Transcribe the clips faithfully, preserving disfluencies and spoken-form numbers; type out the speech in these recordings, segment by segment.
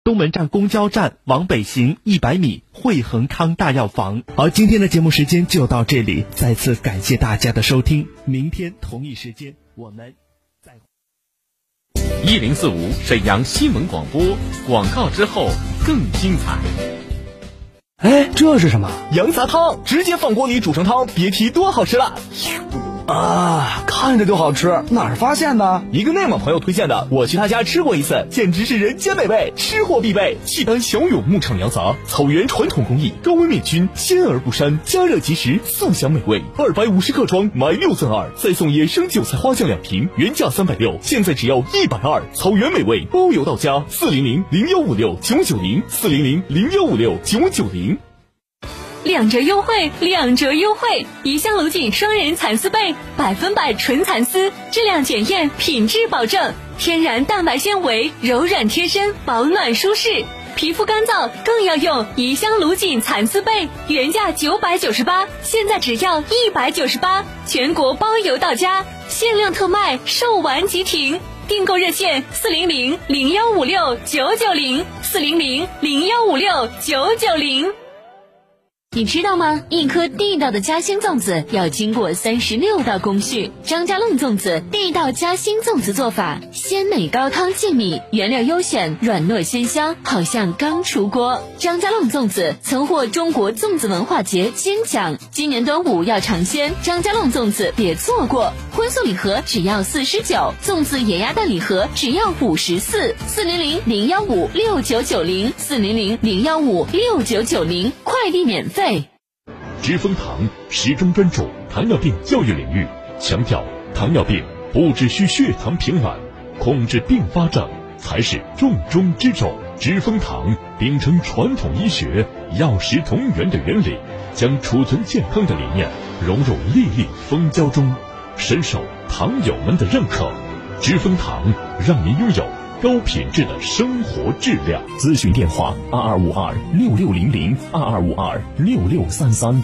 东门站公交站往北行一百米，汇恒康大药房。好，今天的节目时间就到这里，再次感谢大家的收听，明天同一时间我们再会。 一零四五沈阳新闻广播，广告之后更精彩。 哎，这是什么？ 羊杂汤，直接放锅里煮成汤，别提多好吃了。 啊，看着就好吃，哪儿发现的？ 一个内蒙朋友推荐的，我去他家吃过一次，简直是人间美味，吃货必备。契丹小勇牧场羊杂，草原传统工艺，高温灭菌，鲜而不膻，加热即食，速享美味。二百五十克装，买六赠二，再送野生韭菜花酱两瓶，原价三百六，现在只要一百二。草原美味，包邮到家。四零零零幺五六九九零，四零零零幺五六九九零。 两折优惠，两折优惠！怡香卢锦双人蚕丝被，百分百纯蚕丝，质量检验，品质保证，天然蛋白纤维，柔软贴身，保暖舒适。皮肤干燥更要用怡香卢锦蚕丝被，原价九百九十八，现在只要一百九十八，全国包邮到家，限量特卖，售完即停。订购热线：四零零零幺五六九九零，四零零零幺五六九九零。你知道吗？一颗地道的嘉兴粽子要经过三十六道工序。张家弄粽子地道嘉兴粽子做法：鲜美高汤净米，原料优选，软糯鲜香，好像刚出锅。张家弄粽子曾获中国粽子文化节金奖，今年端午要尝鲜，张家弄粽子别错过。荤素礼盒只要四十九，粽子野鸭蛋礼盒只要五十四。四零零零幺五六九九零，四零零零幺五六九九零，快递免费。 知蜂堂始终专注糖尿病教育领域，强调糖尿病不只需血糖平稳，控制并发症才是重中之重。知蜂堂秉承传统医学药食同源的原理，将储存健康的理念融入粒粒蜂胶中，深受糖友们的认可。知蜂堂让您拥有高品质的生活质量。 咨询电话：二二五二六六零零，二二五二六六三三。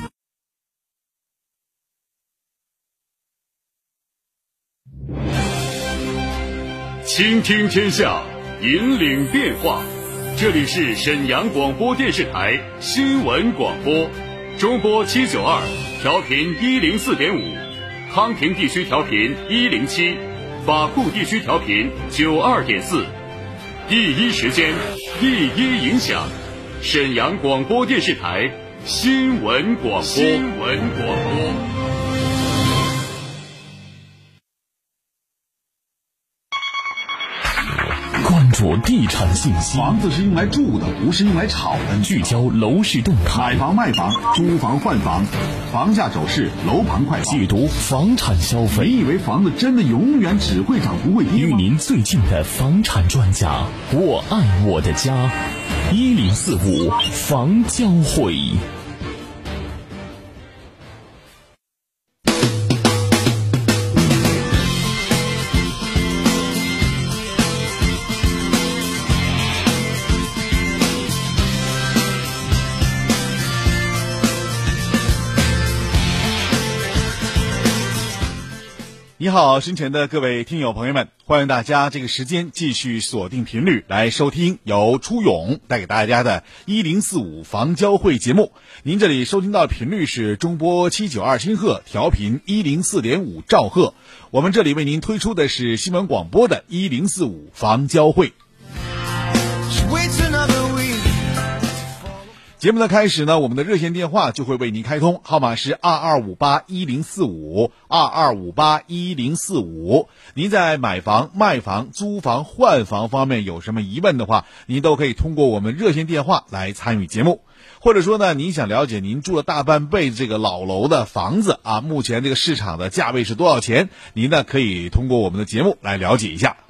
倾听天下，引领变化。这里是沈阳广播电视台新闻广播，中波七九二，调频一零四点五，康平地区调频一零七。法库地区调频九二点四，第一时间，第一影响。沈阳广播电视台新闻广播。新闻广播。 关注地产信息， 房子是用来住的，不是用来炒的。 聚焦楼市动态， 买房卖房，租房换房，房价走势，楼盘快报， 解读房产消费。 你以为房子真的永远只会涨不会跌吗？ 与您最近的房产专家，我爱我的家，一零四五房交会。 你好，身前的各位听友朋友们，欢迎大家这个时间继续锁定频率来收听由初勇带给大家的一零四五房交会节目。您这里收听到的频率是中波七九二千赫，调频一零四点五兆赫。我们这里为您推出的是新闻广播的一零四五房交会。节目的开始呢，我们的热线电话就会为您开通，号码是二二五八一零四五，二二五八一零四五。您在买房、卖房、租房、换房方面有什么疑问的话，您都可以通过我们热线电话来参与节目。或者说呢，您想了解您住了大半辈子这个老楼的房子啊，目前这个市场的价位是多少钱，您呢可以通过我们的节目来了解一下。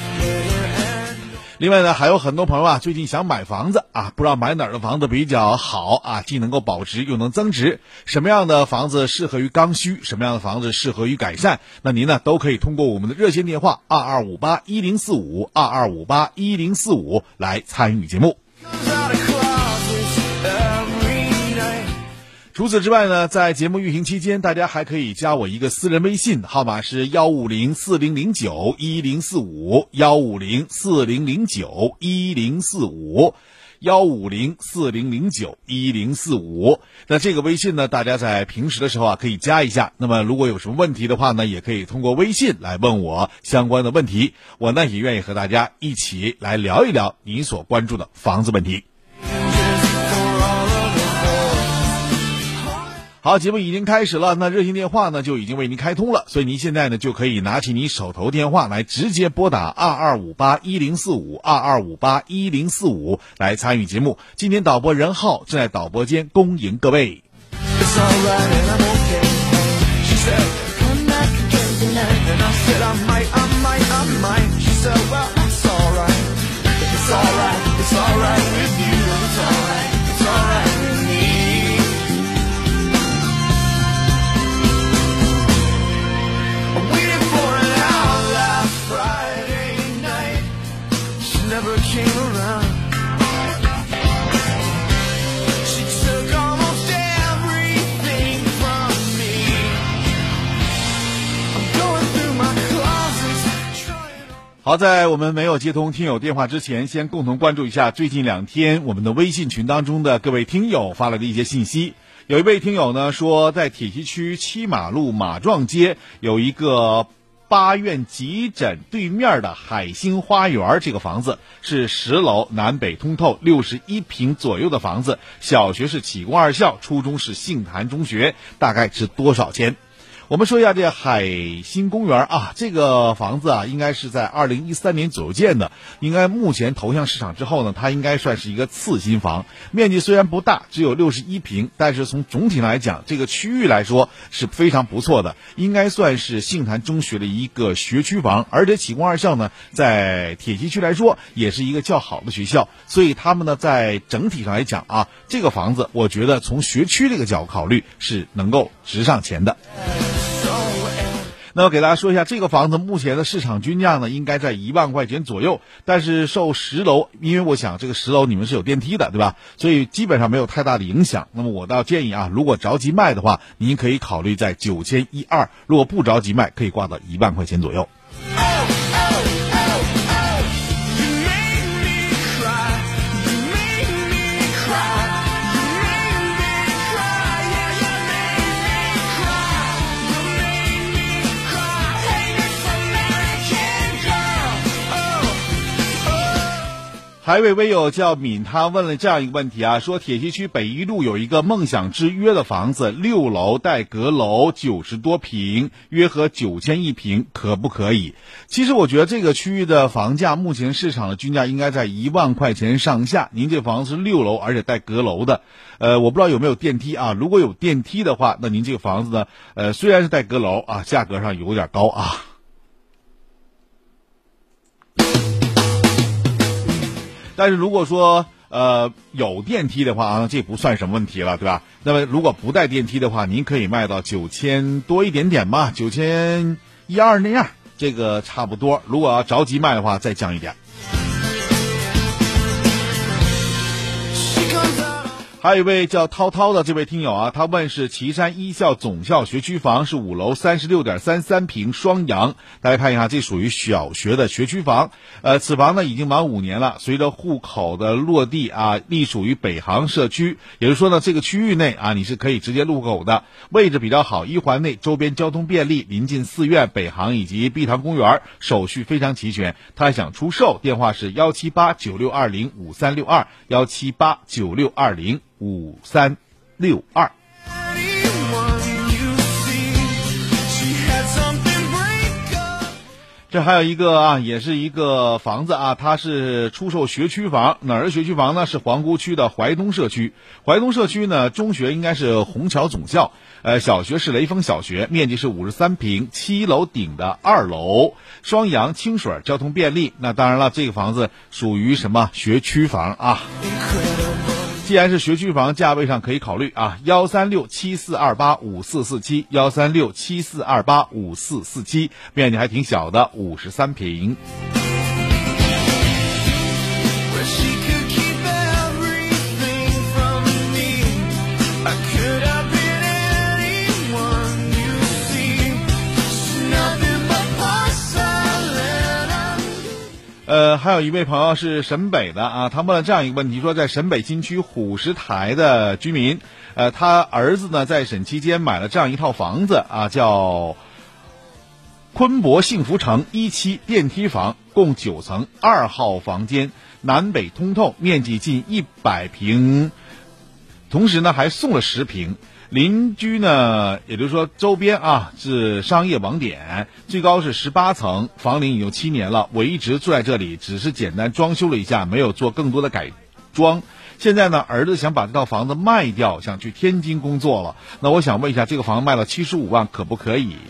另外呢，还有很多朋友啊，最近想买房子啊，不知道买哪儿的房子比较好啊，既能够保值又能增值，什么样的房子适合于刚需，什么样的房子适合于改善，那您呢都可以通过我们的热线电话二二五八一零四五，二二五八一零四五来参与节目。 除此之外呢，在节目运行期间，大家还可以加我一个私人微信，号码是幺五零四零零九一零四五幺五零四零零九一零四五幺五零四零零九一零四五。那这个微信呢，大家在平时的时候啊可以加一下。那么如果有什么问题的话呢，也可以通过微信来问我相关的问题，我呢也愿意和大家一起来聊一聊你所关注的房子问题。好，节目已经开始了，那热线电话呢就已经为您开通了，所以您现在呢就可以拿起你手头电话来直接拨打二二五八一零四五二二五八一零四五来参与节目。今天导播任浩正在导播间恭迎各位。好，在我们没有接通听友电话之前，先共同关注一下最近两天我们的微信群当中的各位听友发来的一些信息。有一位听友呢说，在铁西区七马路马壮街有一个八院急诊对面的海星花园，这个房子是十楼，南北通透，六十一平左右的房子，小学是启功二校，初中是杏坛中学，大概是多少钱？我们说一下这个海星公园啊，这个房子啊，应该是在二零一三年左右建的，应该目前投向市场之后呢，它应该算是一个次新房，面积虽然不大，只有六十一平，但是从总体来讲，这个区域来说是非常不错的，应该算是杏坛中学的一个学区房，而且启功二校呢，在铁西区来说也是一个较好的学校，所以他们呢在整体上来讲啊，这个房子我觉得从学区这个角度考虑是能够值上钱的。那么给大家说一下，这个房子目前的市场均价呢，应该在一万块钱左右，但是受十楼，因为我想这个十楼你们是有电梯的，对吧？所以基本上没有太大的影响。那么我倒建议啊，如果着急卖的话，您可以考虑在九千一二，如果不着急卖，可以挂到一万块钱左右。还有一位微友叫敏，他问了这样一个问题啊，说铁西区北一路有一个梦想之约的房子，六楼带阁楼，九十多平，约合九千一平，可不可以？其实我觉得这个区域的房价目前市场的均价应该在一万块钱上下。您这房子是六楼，而且带阁楼的，呃，我不知道有没有电梯啊？如果有电梯的话，那您这个房子呢，呃，虽然是带阁楼啊，价格上有点高啊。但是如果说呃有电梯的话啊，这不算什么问题了，对吧？那么如果不带电梯的话，您可以卖到九千多一点点吧，九千一二那样，这个差不多。如果要着急卖的话，再降一点。还有一位叫涛涛的这位听友啊，他问是岐山一校总校学区房，是五楼，三十六点三三平，双阳。大家看一下，这属于小学的学区房。呃，此房呢已经满五年了，随着户口的落地啊，隶属于北航社区，也就是说呢，这个区域内啊，你是可以直接入口的，位置比较好，一环内，周边交通便利，临近寺院、北航以及碧塘公园，手续非常齐全。他还想出售，电话是幺七八九六二零五三六二幺七八九六二零五三六二。这还有一个啊，也是一个房子啊，它是出售学区房。哪儿的学区房呢？是皇姑区的淮东社区。淮东社区呢，中学应该是虹桥总校，呃，小学是雷锋小学，面积是五十三平，七楼顶的二楼，双阳清水，交通便利。那当然了，这个房子属于什么学区房啊？既然是学区房，价位上可以考虑啊，幺三六七四二八五四四七，幺三六七四二八五四四七，面积还挺小的，五十三平。I could have 还有一位朋友是沈北的啊，他问了这样一个问题，说在沈北新区虎石台的居民，呃，他儿子呢在审期间买了这样一套房子啊，叫昆博幸福城一期电梯房，共九层，二号房间，南北通透，面积近一百平，同时呢还送了十平。邻居呢，也就是说周边啊是商业网点，最高是十八层，房龄已经七年了，我一直住在这里，只是简单装修了一下，没有做更多的改装。现在呢，儿子想把这套房子卖掉，想去天津工作了。那我想问一下，这个房卖了七十五万，可不可以？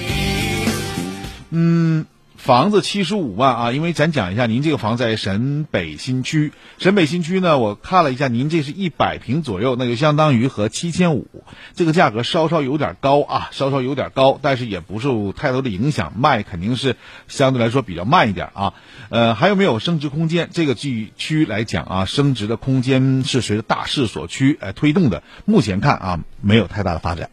嗯。房子七十五万啊，因为咱讲一下，您这个房在沈北新区，沈北新区呢，我看了一下，您这是一百平左右，那就相当于和七千五，这个价格稍稍有点高啊，稍稍有点高，但是也不受太多的影响，卖肯定是相对来说比较慢一点啊。呃，还有没有升值空间？这个地区来讲啊，升值的空间是随着大势所趋呃推动的，目前看啊，没有太大的发展。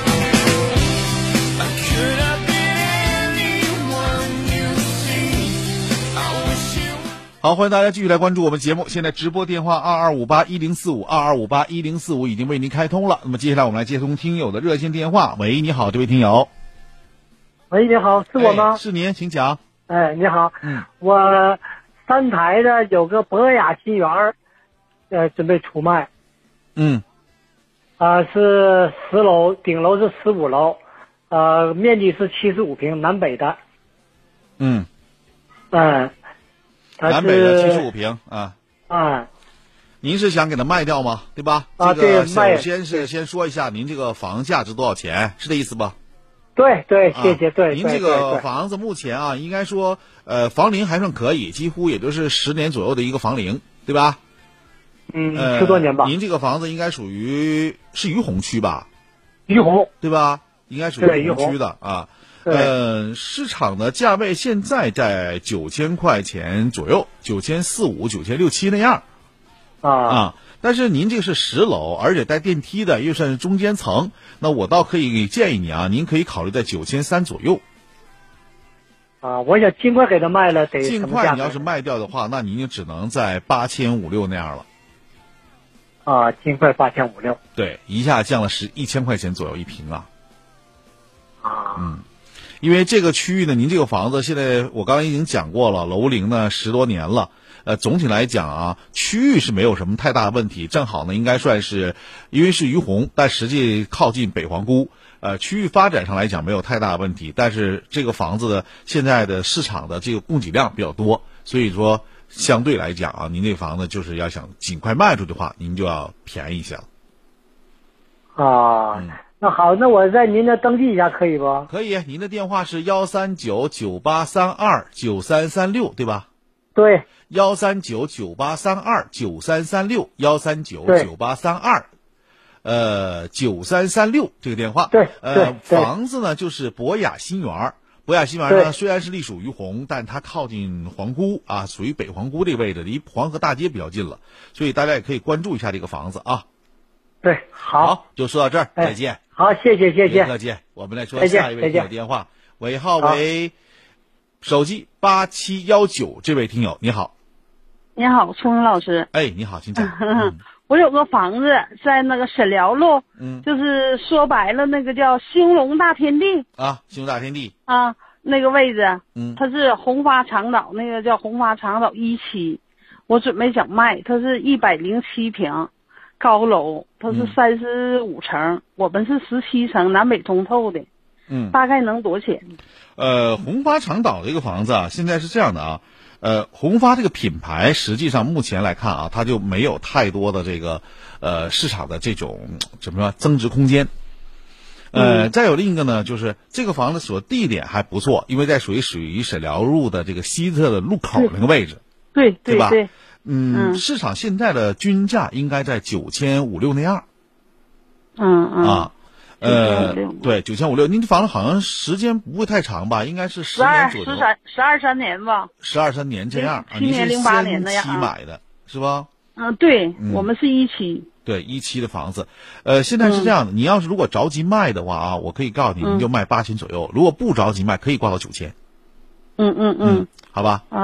好，欢迎大家继续来关注我们节目。现在直播电话二二五八一零四五，二二五八一零四五已经为您开通了。那么接下来我们来接通听友的热线电话。喂，你好，这位听友。 喂，你好，是我吗？ 哎、是您，请讲。 哎，你好， 嗯， 我三台的有个博雅新园，呃，准备出卖。 嗯。 啊、呃，是十楼，顶楼是十五楼，呃，面积是七十五平，南北的。 嗯。 嗯。 南北的七十五平啊， 啊， 您是想给它卖掉吗？对吧？ 啊， 这个对， 首先是先说一下，您这个房价值多少钱？是这意思吧？ 对对，谢谢。对， 您这个房子目前啊，应该说呃房龄还算可以，几乎也就是十年左右的一个房龄，对吧？ 嗯，十多年吧。 您这个房子应该属于是于洪区吧？ 于洪， 对吧？应该属于于洪区的啊。呃，市场的价位现在在九千块钱左右，九千四五、九千六七那样， 啊啊。但是您这个是十楼，而且带电梯的，又算是中间层，那我倒可以建议你啊，您可以考虑在九千三左右。 啊，我想尽快给他卖了，得尽快你要是卖掉的话，那您就只能在八千五六那样了。 啊，尽快八千五六。 对，一下降了十一千块钱左右一平啊。 啊， 嗯。因为这个区域呢，您这个房子现在我刚才已经讲过了，楼龄呢十多年了，呃，总体来讲啊，区域是没有什么太大的问题，正好呢应该算是，因为是于洪，但实际靠近北皇姑，呃，区域发展上来讲没有太大的问题，但是这个房子的现在的市场的这个供给量比较多，所以说相对来讲啊，您这房子就是要想尽快卖出去的话，您就要便宜一些了。 啊。嗯，那好，那我在您这登记一下可以不？ 可以，您的电话是幺三九九八三二九三三六，对吧？ 对。 幺三九九八三二九三三六，幺三九九八三二，呃，九三三六这个电话。 对。 呃，房子呢就是博雅新园，博雅新园呢虽然是隶属于洪，但它靠近皇姑啊，属于北皇姑这个位置，离黄河大街比较近了，所以大家也可以关注一下这个房子啊。 对，好， 好，就说到这儿，再见。 好，谢谢，谢谢。 别客气，我们来说下一位听友电话，尾号为手机八七幺九，这位听友你好。 你好，聪聪老师。 哎，你好，请讲。 嗯、我有个房子在那个沈辽路， 嗯， 就是说白了那个叫兴隆大天地啊，兴隆大天地啊，那个位置， 嗯， 它是红发长岛，那个叫红发长岛一期，我准备想卖，它是一百零七平。高楼，它是三十五层、嗯，我们是十七层，南北通透的， 嗯， 大概能多少钱？ 呃，红发长岛这个房子啊，现在是这样的啊，呃，红发这个品牌实际上目前来看啊，它就没有太多的这个呃市场的这种怎么说增值空间。呃、嗯，再有另一个呢，就是这个房子所地点还不错，因为在属于属于沈辽路的这个西侧的路口那个位置， 对对对吧？ 对嗯，市场现在的均价应该在九千五六那样。 嗯嗯。 啊，呃，对，九千五六。您这房子好像时间不会太长吧？应该是十年左右。 十三十二三年吧。 十二三年这样。 七年零八年那样。 一期买的是吧？ 嗯，对， 嗯、 我们是一期。 对，一期的房子，呃，现在是这样的，嗯、你要是如果着急卖的话啊，我可以告诉你， 嗯、 你就卖八千左右；如果不着急卖，可以挂到九千。 嗯嗯嗯。 好吧。 啊，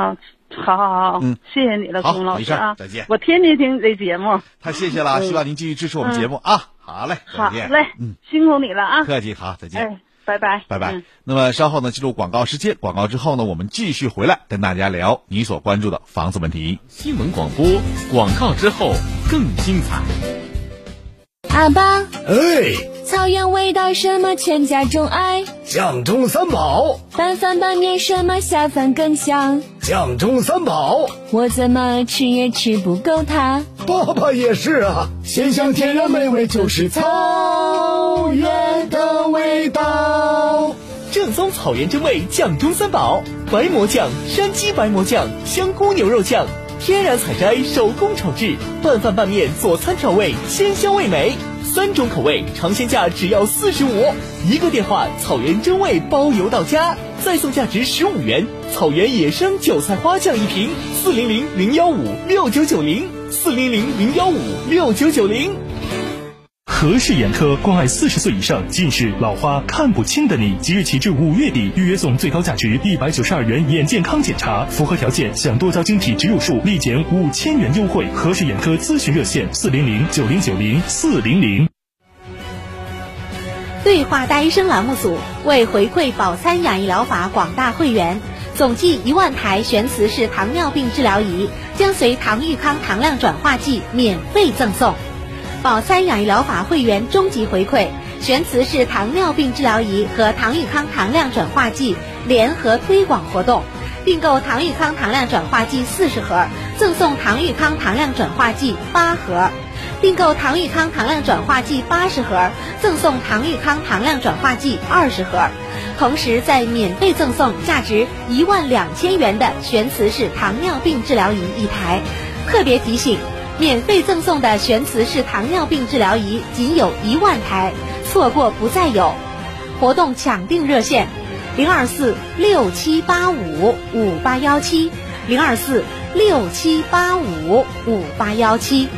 好好好， 嗯， 谢谢你了， 好， 龚老师啊， 再见。 我天天听你这节目， 太谢谢了，希望您继续支持我们节目、嗯、啊。好嘞，再见。 好嘞， 嗯， 辛苦你了啊， 客气，好，再见。 哎，拜拜， 拜拜。 嗯、 那么稍后呢，进入广告时间，广告之后呢，我们继续回来跟大家聊你所关注的房子问题。 新闻广播，广告之后更精彩。 阿爸， 哎， 草原味道什么全家钟爱？ 酱中三宝。 拌饭拌面什么下饭更香？ 酱中三宝。 我怎么吃也吃不够它。 爸爸也是啊，鲜香天然美味就是草原的味道。 正宗草原真味酱中三宝：白馍酱、山鸡白馍酱、香菇牛肉酱。天然采摘，手工炒制，拌饭拌面佐餐调味，鲜香味美。三种口味，尝鲜价只要四十五。一个电话，草原真味包邮到家，再送价值十五元草原野生韭菜花酱一瓶。四零零零幺五六九九零，四零零零幺五六九九零。 和氏眼科关爱四十岁以上近视、老花、看不清的你，即日起至五月底，预约送最高价值一百九十二元眼健康检查，符合条件享多焦晶体植入术立减五千元优惠。和氏眼科咨询热线：四零零九零九零四零零。 对话大医生栏目组为回馈保参养医疗法广大会员，总计一万台悬磁式糖尿病治疗仪将随唐玉康糖量转化剂免费赠送。保参养医疗法会员终极回馈，悬磁式糖尿病治疗仪和唐玉康糖量转化剂联合推广活动，订购唐玉康糖量转化剂四十盒，赠送唐玉康糖量转化剂八盒；订购唐玉康糖量转化剂八十盒，赠送唐玉康糖量转化剂二十盒。同时再免费赠送价值一万两千元的悬磁式糖尿病治疗仪一台。特别提醒，免费赠送的悬磁式糖尿病治疗仪仅有一万台，错过不再有。活动抢订热线：零二四六七八五五八幺七，零二四六七八五五八幺七。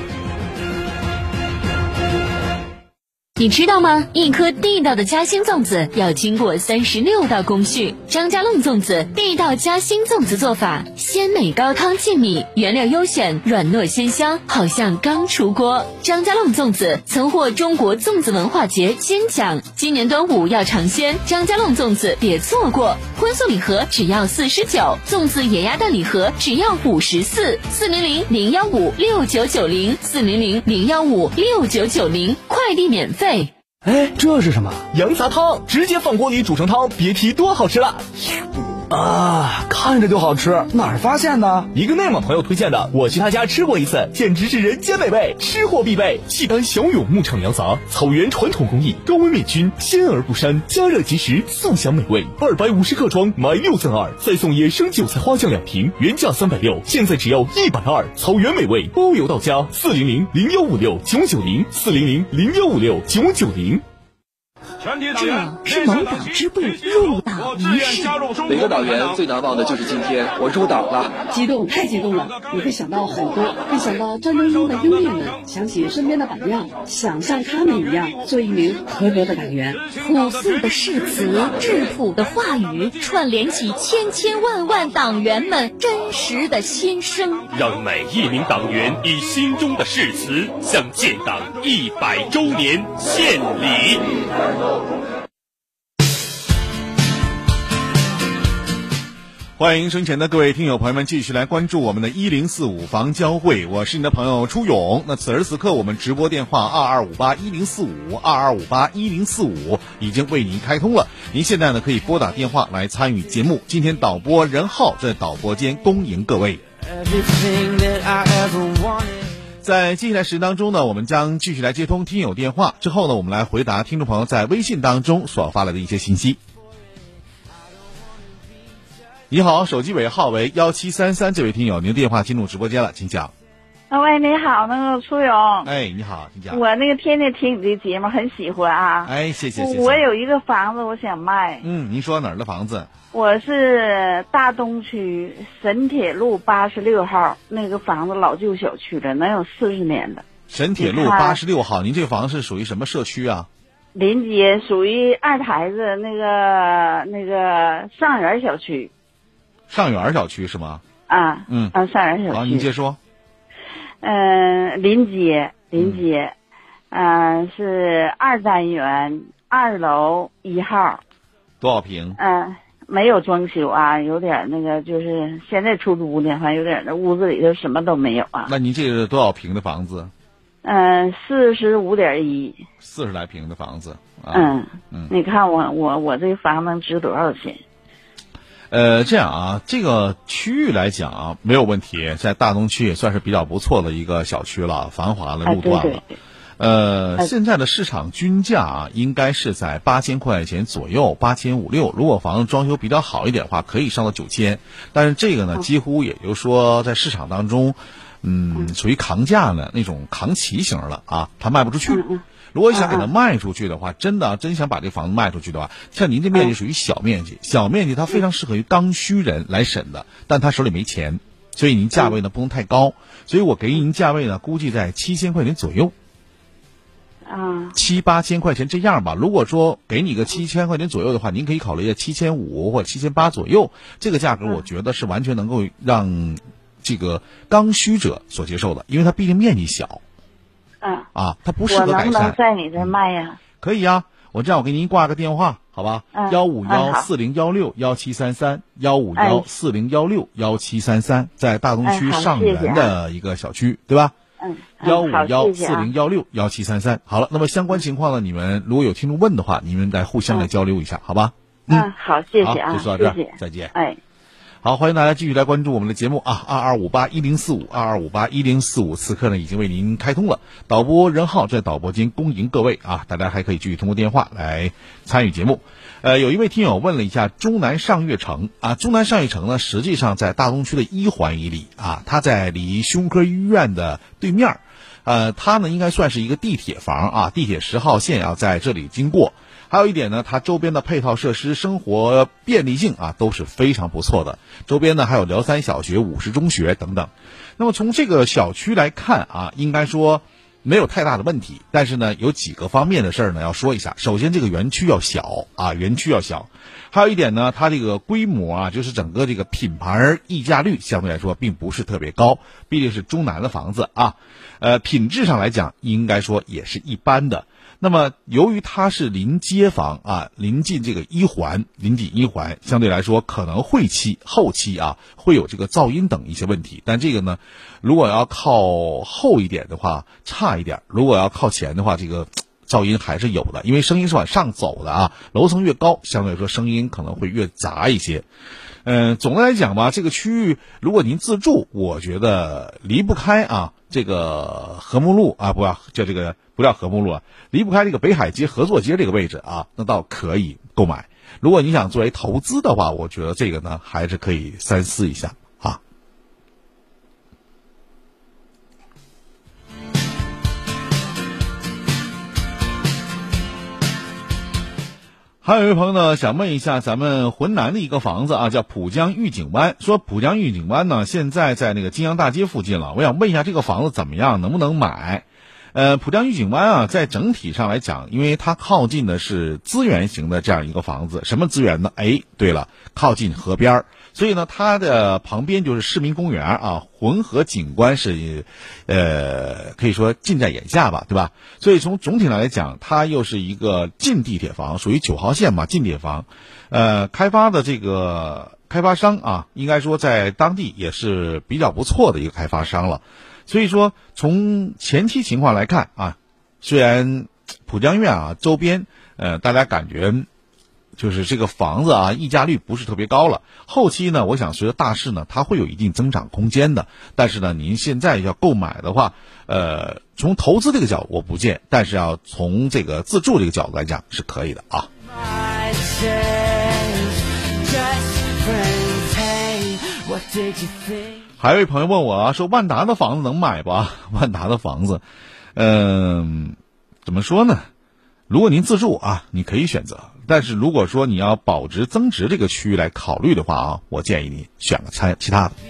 你知道吗？一颗地道的嘉兴粽子要经过三十六道工序。张家弄粽子地道嘉兴粽子做法：鲜美高汤浸米，原料优选，软糯鲜香，好像刚出锅。张家弄粽子曾获中国粽子文化节金奖，今年端午要尝鲜，张家弄粽子别错过。荤素礼盒只要四十九，粽子野鸭蛋礼盒只要五十四。四零零零幺五六九九零，四零零零幺五六九九零，快递免费。 哎，这是什么？ 羊杂汤，直接放锅里煮成汤，别提多好吃了。 啊，看着就好吃，哪儿发现的？ 一个内蒙朋友推荐的，我去他家吃过一次，简直是人间美味，吃货必备。契丹小勇牧场羊杂，草原传统工艺，高温灭菌，鲜而不膻，加热即食，速享美味。二百五十克装，买六赠二，再送野生韭菜花酱两瓶，原价三百六，现在只要一百二，草原美味包邮到家。四零零零幺五六九九零，四零零零幺五六九九零。 这是某党支部入党仪式。 每个党员最难忘的就是今天我入党了， 激动，太激动了！你会想到很多，会想到战争中的英烈们，想起身边的榜样，想像他们一样做一名合格的党员。 朴素的誓词，质朴的话语，串联起千千万万党员们真实的心声， 让每一名党员以心中的誓词向建党一百周年献礼。 欢迎生前的各位听友朋友们继续来关注我们的一零四五房交会，我是你的朋友初勇。那此时此刻我们直播电话二二五八一零四五二二五八一零四五已经为您开通了，您现在呢可以拨打电话来参与节目。今天导播任浩在导播间恭迎各位。在接下来时间当中呢，我们将继续来接通听友电话，之后呢我们来回答听众朋友在微信当中所发来的一些信息。你好，手机尾号为一七三三，这位听友，您的电话进入直播间了，请讲。 啊，喂，你好，那个初勇。 哎，你好，请讲。 我那个天天听你这节目，很喜欢啊。 哎，谢谢谢谢。 我有一个房子，我想卖。 嗯，您说哪儿的房子？ 我是大东区沈铁路八十六号，那个房子老旧小区了，能有四十年了。 沈铁路八十六号，您这个房是属于什么社区啊？ 临街，属于二台子那个那个上园小区。 上园小区是吗？ 啊， 嗯啊，上元小区。 好，你接着说。 嗯、呃，临街，临街，嗯、呃，是二单元二楼一号。 多少平？ 嗯、呃，没有装修啊，有点那个，就是现在出租呢，反正有点那屋子里头什么都没有啊。 那您这是多少平的房子？ 嗯、呃，四十五点一。 四十来平的房子。啊、 嗯嗯， 你看我我我这房能值多少钱？ 呃，这样啊，这个区域来讲啊，没有问题，在大东区也算是比较不错的一个小区了，繁华的路段了。 啊、对对对呃， 哎现在的市场均价啊，应该是在八千块钱左右，八千五六。如果房子装修比较好一点的话，可以上到九千。但是这个呢，几乎也就是说，在市场当中，嗯，属于扛价呢那种扛旗型了啊，它卖不出去。如果想给它卖出去的话，真的真想把这房子卖出去的话，像您这面积属于小面积，小面积它非常适合于刚需人来审的，但他手里没钱，所以您价位呢不能太高，所以我给您价位呢估计在七千块钱左右。 啊， 七八千块钱这样吧。如果说给你个七千块钱左右的话，您可以考虑一下七千五或者七千八左右，这个价格我觉得是完全能够让这个刚需者所接受的，因为它毕竟面积小。 嗯啊，它不适合改善。 我能不能在你这卖呀？ 可以啊，我这样我给您挂个电话，好吧？幺五幺四零幺六幺七三三，幺五幺四零幺六幺七三三，在大东区上元的一个小区，对吧？ 嗯， 幺五幺四零幺六幺七三三。好了，那么相关情况呢，你们如果有听众问的话，你们再互相来交流一下，好吧？ 嗯，好，谢谢啊， 就说到这儿， 谢谢， 再见。 哎。 好，欢迎大家继续来关注我们的节目啊！二二五八一零四五，二二五八一零四五，此刻呢已经为您开通了。导播任浩在导播间恭迎各位啊！大家还可以继续通过电话来参与节目。呃，有一位听友问了一下中南上悦城啊，中南上悦城呢，实际上在大东区的一环以里啊，它在离胸科医院的对面，呃，它呢应该算是一个地铁房啊，地铁十号线要在这里经过。还有一点呢，它周边的配套设施、生活便利性啊都是非常不错的。周边呢还有辽三小学、五十中学等等。那么从这个小区来看啊，应该说没有太大的问题。但是呢，有几个方面的事儿呢要说一下。首先，这个园区要小啊，园区要小。还有一点呢，它这个规模啊，就是整个这个品牌溢价率相对来说并不是特别高，毕竟是中南的房子啊。呃，品质上来讲，应该说也是一般的。那么，由于它是临街房啊，临近这个一环，临近一环，相对来说可能会期后期啊会有这个噪音等一些问题。但这个呢，如果要靠后一点的话，差一点；如果要靠前的话，这个噪音还是有的，因为声音是往上走的啊，楼层越高，相对来说声音可能会越杂一些。嗯，总的来讲吧，这个区域如果您自住，我觉得离不开啊这个和睦路啊，不要叫这个不叫和睦路啊，离不开这个北海街合作街这个位置啊，那倒可以购买。如果你想作为投资的话，我觉得这个呢还是可以三思一下啊。还有一位朋友呢，想问一下咱们浑南的一个房子啊，叫浦江御景湾。说浦江御景湾呢，现在在那个金阳大街附近了。我想问一下，这个房子怎么样，能不能买？呃，浦江御景湾啊，在整体上来讲，因为它靠近的是资源型的这样一个房子。什么资源呢？哎，对了，靠近河边儿，所以呢，它的旁边就是市民公园啊，浑河景观是，呃，可以说近在眼下吧，对吧？所以从总体上来讲，它又是一个近地铁房，属于九号线嘛，近地铁房。呃，开发的这个开发商啊，应该说在当地也是比较不错的一个开发商了。所以说，从前期情况来看啊，虽然浦江苑啊周边，呃，大家感觉就是这个房子啊溢价率不是特别高了。后期呢，我想随着大势呢，它会有一定增长空间的。但是呢，您现在要购买的话，呃，从投资这个角度我不建，但是要从这个自住这个角度来讲是可以的啊。还有一位朋友问我啊，说万达的房子能买吧？万达的房子，嗯、呃，怎么说呢？如果您自住啊，你可以选择；但是如果说你要保值增值这个区域来考虑的话啊，我建议你选个参其他的。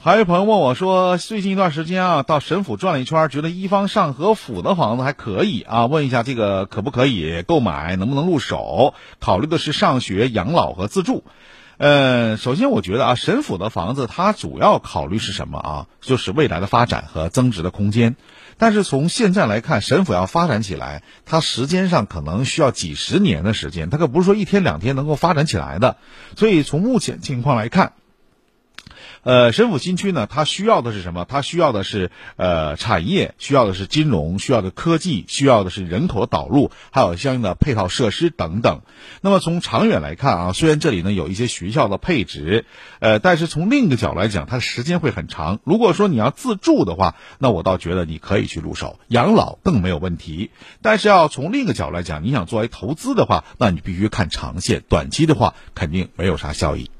还有朋友问我说，最近一段时间啊，到沈府转了一圈，觉得一方上河府的房子还可以啊，问一下这个可不可以购买，能不能入手？考虑的是上学、养老和自住。呃，首先我觉得啊，沈府的房子它主要考虑是什么啊？就是未来的发展和增值的空间。但是从现在来看，沈府要发展起来，它时间上可能需要几十年的时间，它可不是说一天两天能够发展起来的。所以从目前情况来看，呃，沈府新区呢，它需要的是什么？它需要的是呃产业，需要的是金融，需要的科技，需要的是人口的导入，还有相应的配套设施等等。那么从长远来看啊，虽然这里呢有一些学校的配置，呃，但是从另一个角度来讲，它的时间会很长。如果说你要自住的话，那我倒觉得你可以去入手，养老更没有问题。但是要从另一个角度来讲，你想作为投资的话，那你必须看长线，短期的话肯定没有啥效益。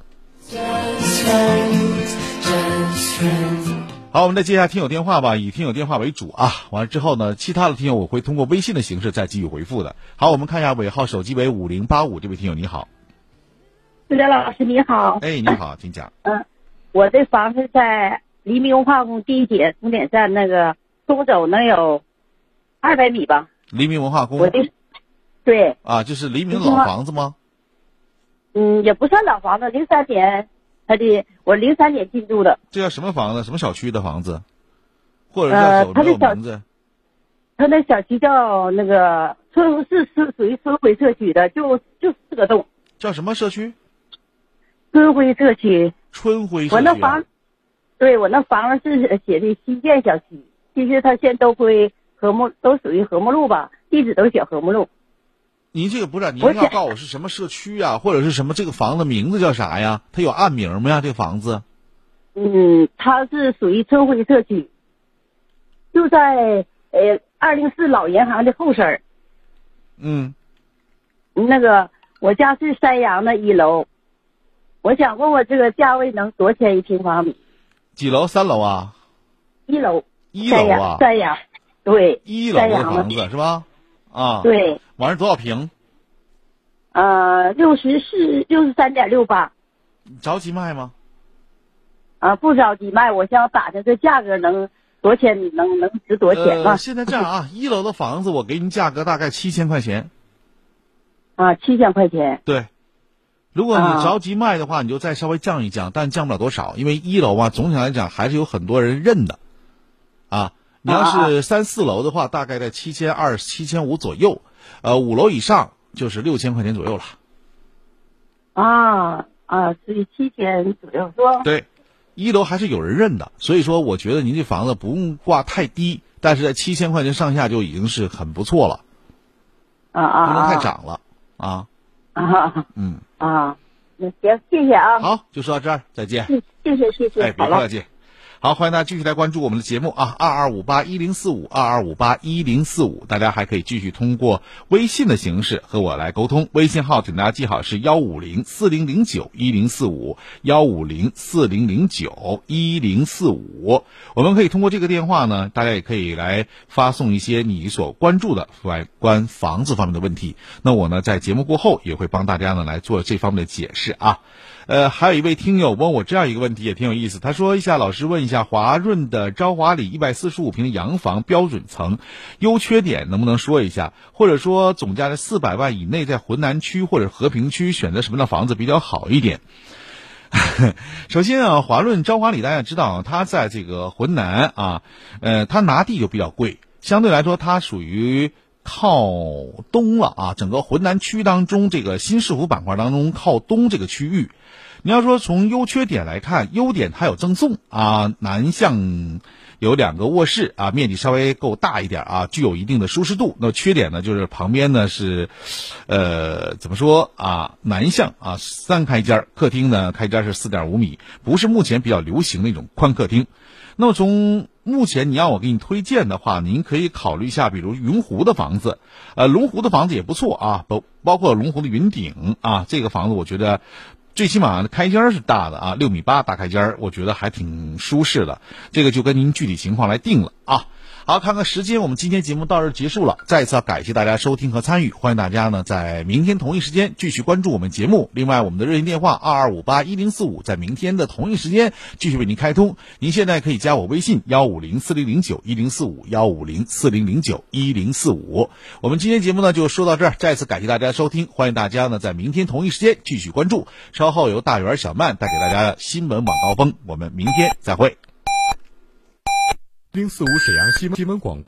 好，我们再接下听友电话吧，以听友电话为主啊。完了之后呢，其他的听友我会通过微信的形式再给予回复的。好，我们看一下尾号手机为五零八五这位听友，你好。 思哲老师你好。 哎，你好，请讲。 嗯、呃，我这房子在黎明文化宫地铁终点站那个东走能有二百米吧。 黎明文化宫。 我这对。 啊，就是黎明老房子吗？ 嗯，也不算老房子，零三年。他的我零三年进驻的。 这叫什么房子？什么小区的房子？或者叫有没有名字？ 他那小区叫那个春是是属于春晖社区的，就就四个栋。 叫什么社区？ 春晖社区。 春晖社区、啊。 我那房，对我那房子是写的新建小区，其实它现在都归和睦，都属于和睦路吧，地址都写和睦路。 您这个不是，您要告诉我是什么社区啊，或者是什么这个房子名字叫啥呀？它有暗名吗呀？这个房子？ 嗯，它是属于春晖社区，就在呃二零四老银行的后身。 嗯。 那个我家是山阳的一楼，我想问问这个价位能多少钱一平方米？ 几楼？三楼啊？ 一楼。 一楼啊？ 山阳，对。 一楼的房子是吧？啊。 对。 完事多少平？ 呃，六十四六十三点六八。 着急卖吗？ 啊，不着急卖，我想打听这价格能多少钱，能能值多少钱吧、 呃？现在这样啊，一楼的房子我给你价格大概七千块钱。 啊，七千块钱。 对，如果你着急卖的话，你就再稍微降一降，但降不了多少，因为一楼啊，总体来讲还是有很多人认的。啊，你要是三四楼的话，大概在七千二、七千五左右。呃，五楼以上就是六千块钱左右了。 啊啊，所以七千左右是吧？ 对，一楼还是有人认的，所以说我觉得您这房子不用挂太低，但是在七千块钱上下就已经是很不错了。 啊啊， 不能太涨了啊。 啊， 嗯啊，那行，谢谢啊。 好，就说到这儿，再见。 谢谢谢谢， 哎，别客气。好，欢迎大家继续来关注我们的节目啊，二二五八一零四五，二二五八一零四五，大家还可以继续通过微信的形式和我来沟通，微信号请大家记好是幺五零四零零九一零四五，幺五零四零零九一零四五。我们可以通过这个电话呢，大家也可以来发送一些你所关注的外关房子方面的问题，那我呢在节目过后也会帮大家呢来做这方面的解释啊。呃，还有一位听友问我这样一个问题，也挺有意思。他说一下，老师问一下，华润的昭华里一百四十五平的洋房标准层优缺点能不能说一下？或者说总价在四百万以内，在浑南区或者和平区选择什么样的房子比较好一点？首先啊，华润昭华里大家知道，它在这个浑南啊，呃，它拿地就比较贵，相对来说它属于靠东了啊，整个浑南区当中，这个新市府板块当中靠东这个区域。你要说从优缺点来看，优点它有赠送啊，南向有两个卧室啊，面积稍微够大一点啊，具有一定的舒适度。那缺点呢，就是旁边呢是，呃，怎么说啊？南向啊，三开间，客厅呢开间是四点五米，不是目前比较流行的一种宽客厅。那么从目前你让我给你推荐的话，您可以考虑一下，比如云湖的房子，呃，龙湖的房子也不错啊，包包括龙湖的云顶啊，这个房子我觉得。最起码开间是大的啊，六米八大开间，我觉得还挺舒适的。这个就跟您具体情况来定了啊。 好，看看时间，我们今天节目到这儿结束了。再一次要感谢大家收听和参与，欢迎大家呢在明天同一时间继续关注我们节目。另外，我们的热线电话二二五八一零四五在明天的同一时间继续为您开通。您现在可以加我微信幺五零四零零九一零四五幺五零四零零九一零四五。我们今天节目呢就说到这儿，再次感谢大家收听，欢迎大家呢在明天同一时间继续关注。稍后由大圆小曼带给大家的新闻晚高峰，我们明天再会。 零四五沈阳新闻新闻广